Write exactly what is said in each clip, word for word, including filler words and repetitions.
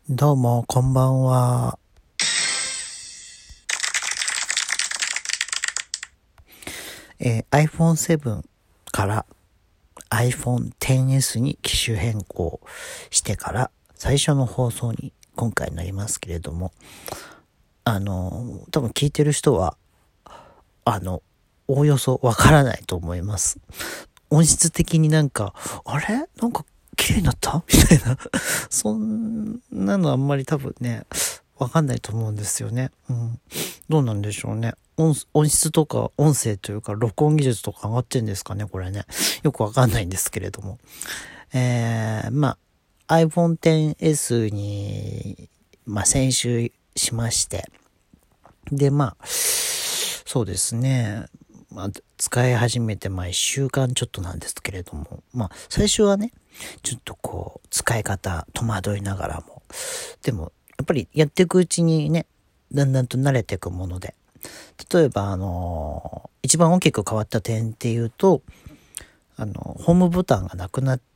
どうも、こんばんは。えー アイフォンセブン から アイフォンテンエス に機種変更してから最初の放送に今回なりますけれども、あの、多分聞いてる人は、あの、おおよそわからないと思います。音質的になんか、あれなんか綺麗になったみたいな。そんなのあんまり多分ね、わかんないと思うんですよね。うん。どうなんでしょうね。音、音質とか音声というか録音技術とか上がってんですかね、これね。よくわかんないんですけれども。えー、まあ、アイフォンテンエス に、まあ、先週しまして。で、まあ、そうですね。まあ、使い始めてまあ一週間ちょっとなんですけれども、まあ最初はね、ちょっとこう使い方戸惑いながらも、でもやっぱりやっていくうちにね、だんだんと慣れていくもので、例えばあの一番大きく変わった点っていうと、あのホームボタンがなくなって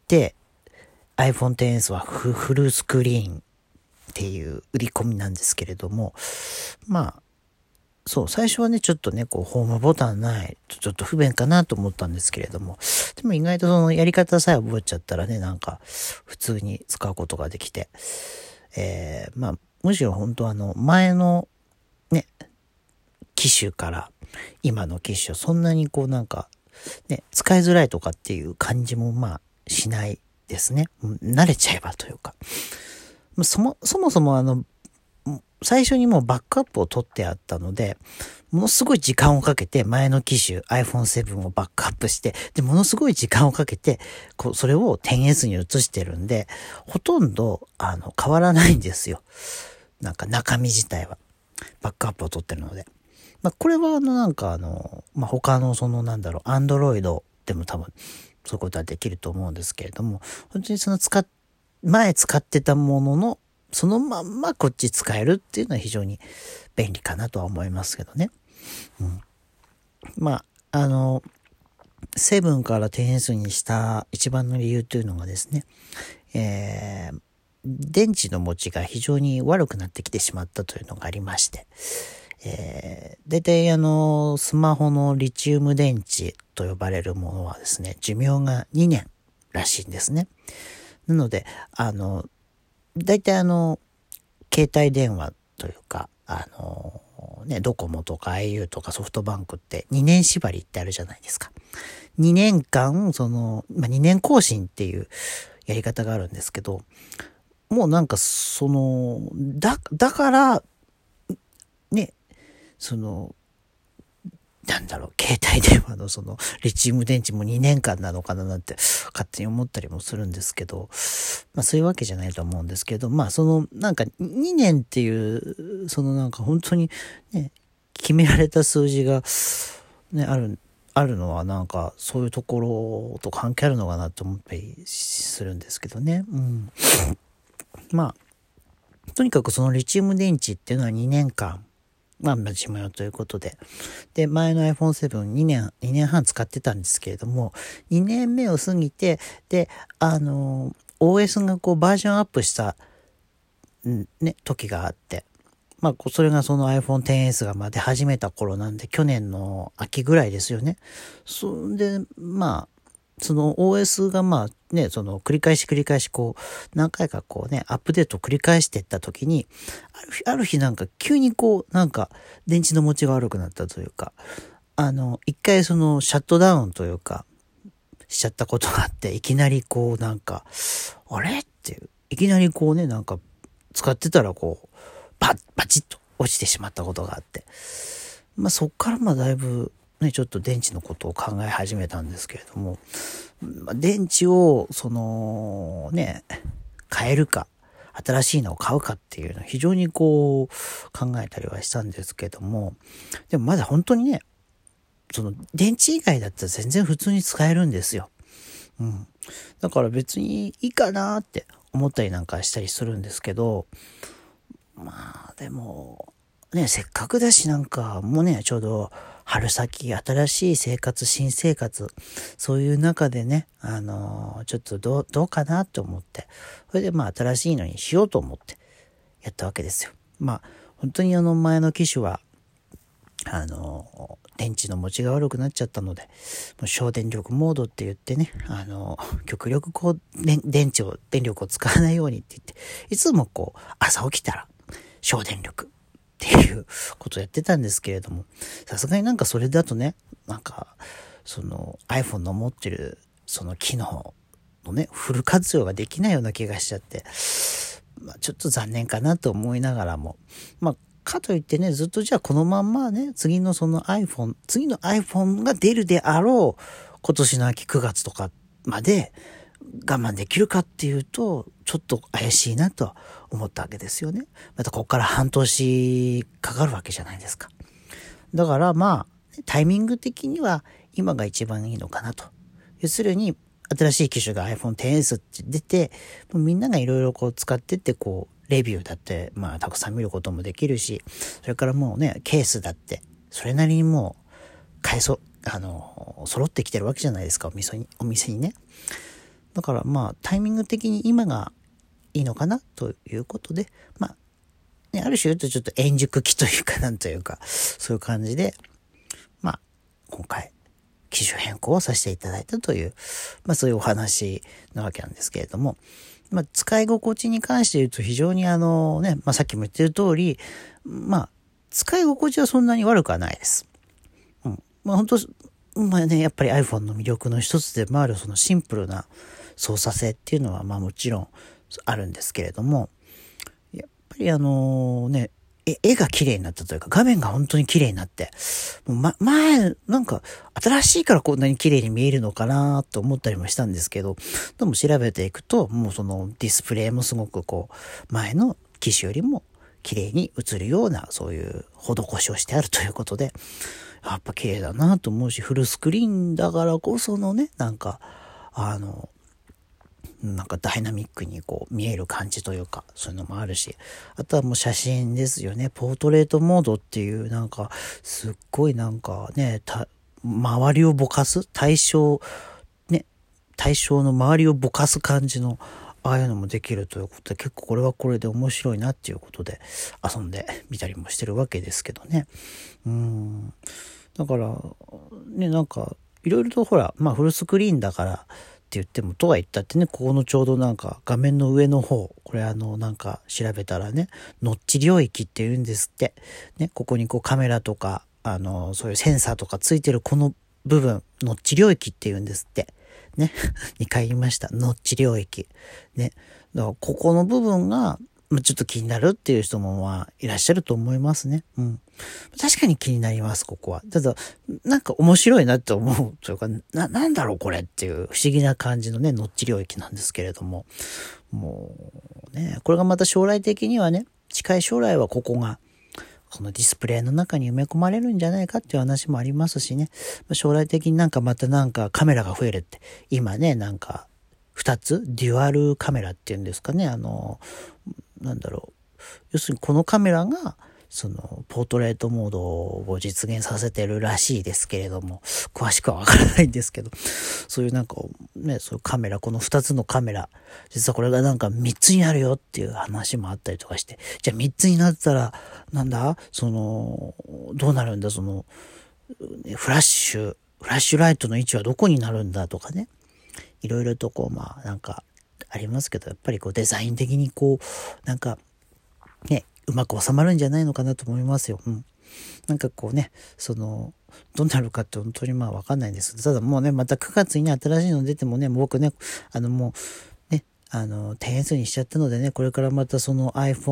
アイフォンテンエス はフフルスクリーンっていう売り込みなんですけれども、まあそう、最初はね、ちょっとね、こう、ホームボタンないとちょっと不便かなと思ったんですけれども、でも意外とそのやり方さえ覚えちゃったらね、なんか、普通に使うことができて、えー、まあ、むしろ本当あの、前のね、機種から今の機種、そんなにこうなんか、ね、使いづらいとかっていう感じもまあ、しないですね。慣れちゃえばというか。そも、そもそもあの、最初にもうバックアップを取ってあったので、ものすごい時間をかけて前の機種 アイフォンセブン をバックアップして、で、ものすごい時間をかけて、こう、それを テンエス に移してるんで、ほとんど、あの、変わらないんですよ。なんか中身自体は。バックアップを取ってるので。まあ、これはあの、なんかあの、まあ、他のそのなんだろう、アンドロイドでも多分、そういうことはできると思うんですけれども、本当にその使っ、前使ってたものの、そのまんまこっち使えるっていうのは非常に便利かなとは思いますけどね。うん、まあ、あの、セブンから テンエス にした一番の理由というのがですね、えー、電池の持ちが非常に悪くなってきてしまったというのがありまして、えー、大体あの、スマホのリチウム電池と呼ばれるものはですね、寿命がにねんらしいんですね。なので、あの、大体あの、携帯電話というか、あの、ね、ドコモとか アイユー とかソフトバンクってにねん縛りってあるじゃないですか。にねんかん、その、まあ、にねん更新っていうやり方があるんですけど、もうなんかその、だ、だから、ね、その、なんだろう、携帯電話のその、リチウム電池もにねんかんなのかななんて、勝手に思ったりもするんですけど、まあそういうわけじゃないと思うんですけど、まあその、なんかにねんっていう、そのなんか本当にね、決められた数字が、ね、ある、あるのはなんかそういうところと関係あるのかなと思ったりするんですけどね。うん。まあ、とにかくそのリチウム電池っていうのはにねんかん、まあ、寿命ということで。で、前の アイフォンセブンにねん、にねんはん使ってたんですけれども、にねんめを過ぎて、で、あの、オーエス がこうバージョンアップした、ね、時があって、まあ、それがその アイフォンテンエス がまあ出始めた頃なんで、去年の秋ぐらいですよね。そんで、まあ、その オーエス がまあね、その繰り返し繰り返しこう、何回かこうね、アップデートを繰り返していった時に、ある日、ある日なんか急にこう、なんか電池の持ちが悪くなったというか、あの、一回そのシャットダウンというか、しちゃったことがあって、いきなりこうなんか、あれっていう、いきなりこうね、なんか使ってたらこう、パッ、パチッと落ちてしまったことがあって、まあそっからまあだいぶね、ちょっと電池のことを考え始めたんですけれども、まあ、電池をそのね、変えるか、新しいのを買うかっていうのを非常にこう考えたりはしたんですけども、でもまだ本当にね、その電池以外だったら全然普通に使えるんですよ。うん。だから別にいいかなって思ったりなんかしたりするんですけど、まあでも、ね、せっかくだしなんか、もうね、ちょうど春先、新しい生活、新生活、そういう中でね、あのー、ちょっとどう、どうかなと思って、それでまあ新しいのにしようと思ってやったわけですよ。まあ、本当にあの前の機種は、あの、電池の持ちが悪くなっちゃったので、もう省電力モードって言ってね、あの、極力こう、電池を、電力を使わないようにって言って、いつもこう、朝起きたら、省電力っていうことをやってたんですけれども、さすがになんかそれだとね、なんか、その iPhone の持ってる、その機能のね、フル活用ができないような気がしちゃって、まあちょっと残念かなと思いながらも、まあかといってね、ずっとじゃあこのまんまね、次のその iPhone、次の iPhone が出るであろう、今年の秋くがつとかまで我慢できるかっていうと、ちょっと怪しいなと思ったわけですよね。またここから半年かかるわけじゃないですか。だからまあ、タイミング的には今が一番いいのかなと。要するに、新しい機種が アイフォンテンエス って出て、もうみんながいろいろこう使ってってこう、レビューだって、まあ、たくさん見ることもできるし、それからもうね、ケースだって、それなりにもう、買えそ、あの、揃ってきてるわけじゃないですか、お店に、お店にね。だからまあ、タイミング的に今がいいのかな、ということで、まあ、ね、ある種言うとちょっと円熟期というか、なんというか、そういう感じで、まあ、今回、機種変更をさせていただいたという、まあそういうお話なわけなんですけれども、まあ、使い心地に関して言うと非常にあのね、まあ、さっきも言ってる通り、まあ、使い心地はそんなに悪くはないです。うん。まあ、本当まあね、やっぱり iPhone の魅力の一つでもあるそのシンプルな操作性っていうのはまあもちろんあるんですけれども、やっぱりあのね、絵が綺麗になったというか、画面が本当に綺麗になって、もうま、前、なんか、新しいからこんなに綺麗に見えるのかなと思ったりもしたんですけど、でも調べていくと、もうそのディスプレイもすごくこう、前の機種よりも綺麗に映るような、そういう施しをしてあるということで、やっぱ綺麗だなと思うし、フルスクリーンだからこそのね、なんか、あの、なんかダイナミックにこう見える感じというか、そういうのもあるし、あとはもう写真ですよね。ポートレートモードっていうなんかすっごいなんかね、た周りをぼかす対象ね、対象の周りをぼかす感じのああいうのもできるということで、結構これはこれで面白いなっていうことで遊んでみたりもしてるわけですけどね。うーん。だからね、なんかいろいろとほら、まあフルスクリーンだからって言っても、とは言ったってね、ここのちょうどなんか画面の上の方、これあのなんか調べたらね、ノッチ領域って言うんですって。ね、ここにこうカメラとか、あの、そういうセンサーとかついてるこの部分、ノッチ領域って言うんですって。ね、にかい言いました。ノッチ領域。ね、だからここの部分が、ちょっと気になるっていう人もまあいらっしゃると思いますね。うん。確かに気になります、ここは。ただ、なんか面白いなって思うというか、な、なんだろうこれっていう不思議な感じのね、ノッチ領域なんですけれども。もうね、これがまた将来的にはね、近い将来はここが、このディスプレイの中に埋め込まれるんじゃないかっていう話もありますしね。将来的になんかまたなんかカメラが増えるって。今ね、なんか、二つデュアルカメラっていうんですかね。あの、なんだろう。要するにこのカメラが、その、ポートレートモードを実現させてるらしいですけれども、詳しくはわからないんですけど、そういうなんか、ね、そういうカメラ、この二つのカメラ、実はこれがなんか三つになるよっていう話もあったりとかして、じゃあ三つになったら、なんだその、どうなるんだその、フラッシュ、フラッシュライトの位置はどこになるんだとかね。いろいろとこう、まあ、なんか、ありますけど、やっぱりこうデザイン的にこう、なんか、ね、うまく収まるんじゃないのかなと思いますよ。うん。なんかこうね、その、どうなるかって本当にまあわかんないんですけど、ただもうね、またくがつにね、新しいの出てもね、僕ね、あのもう、ね、あの、テンエス にしちゃったのでね、これからまたその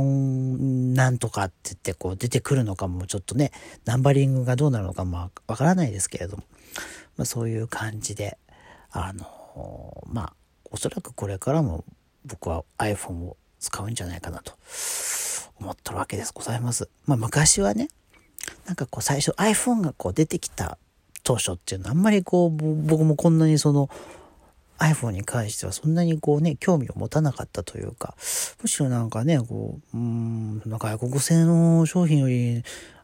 iPhone なんとかって言ってこう出てくるのかもちょっとね、ナンバリングがどうなるのかもわからないですけれども、まあそういう感じで、あの、まあ、おそらくこれからも僕は iPhone を使うんじゃないかなと思ってるわけですございます。まあ昔はね、なんかこう最初 iPhone がこう出てきた当初っていうのはあんまりこう僕もこんなにその iPhone に関してはそんなにこうね興味を持たなかったというか、むしろなんかねこううーんなんか外国製の商品より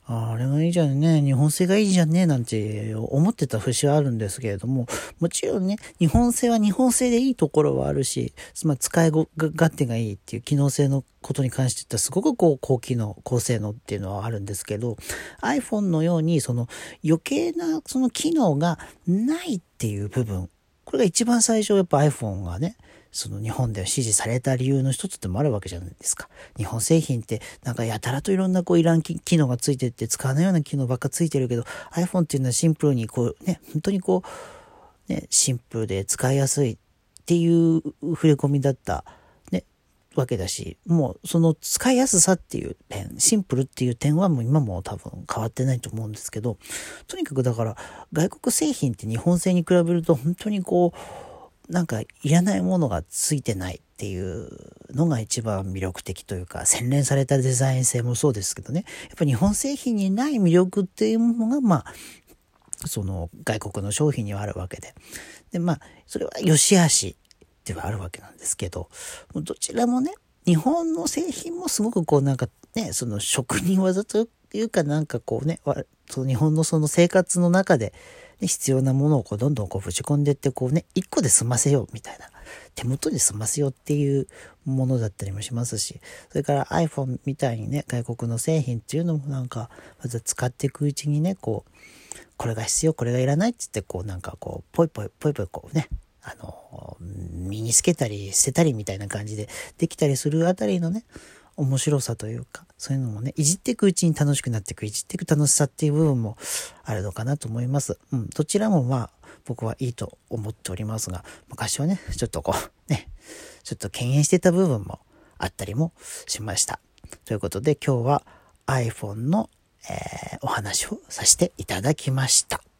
ああれがいいじゃんね、日本製がいいじゃんね、なんて思ってた節はあるんですけれども、もちろんね、日本製は日本製でいいところはあるし、まあ、使い勝手がいいっていう機能性のことに関して言ったらすごくこう高機能、高性能っていうのはあるんですけど、iPhone のようにその余計なその機能がないっていう部分、これが一番最初やっぱ iPhone がね、その日本では支持された理由の一つでもあるわけじゃないですか。日本製品ってなんかやたらといろんなこういらん機能がついてって使わないような機能ばっかついてるけど、 iPhone っていうのはシンプルにこうね、本当にこうね、シンプルで使いやすいっていう触れ込みだったねわけだし、もうその使いやすさっていう点、シンプルっていう点はもう今も多分変わってないと思うんですけど、とにかくだから外国製品って日本製に比べると本当にこうなんかいらないものがついてないっていうのが一番魅力的というか、洗練されたデザイン性もそうですけどね、やっぱ日本製品にない魅力っていうものがまあその外国の商品にはあるわけで、でまあそれは良し悪しではあるわけなんですけど、どちらもね、日本の製品もすごくこうなんかね、その職人技というかなんかこうね、その日本のその生活の中で必要なものをこうどんどんこうぶち込んでってこうね、一個で済ませようみたいな、手元で済ませようっていうものだったりもしますし、それから iPhone みたいにね、外国の製品っていうのもなんかまず使っていくうちにね、こうこれが必要、これがいらないって言ってこうなんかこうポイポイポイポイこうね、あの身につけたり捨てたりみたいな感じでできたりするあたりのね、面白さというか、そういうのもね、いじっていくうちに楽しくなっていく、いじっていく楽しさっていう部分もあるのかなと思います。うん、どちらもまあ僕はいいと思っておりますが、昔はね、ちょっとこうね、ちょっと敬遠してた部分もあったりもしました。ということで今日は iPhone の、えー、お話をさせていただきました。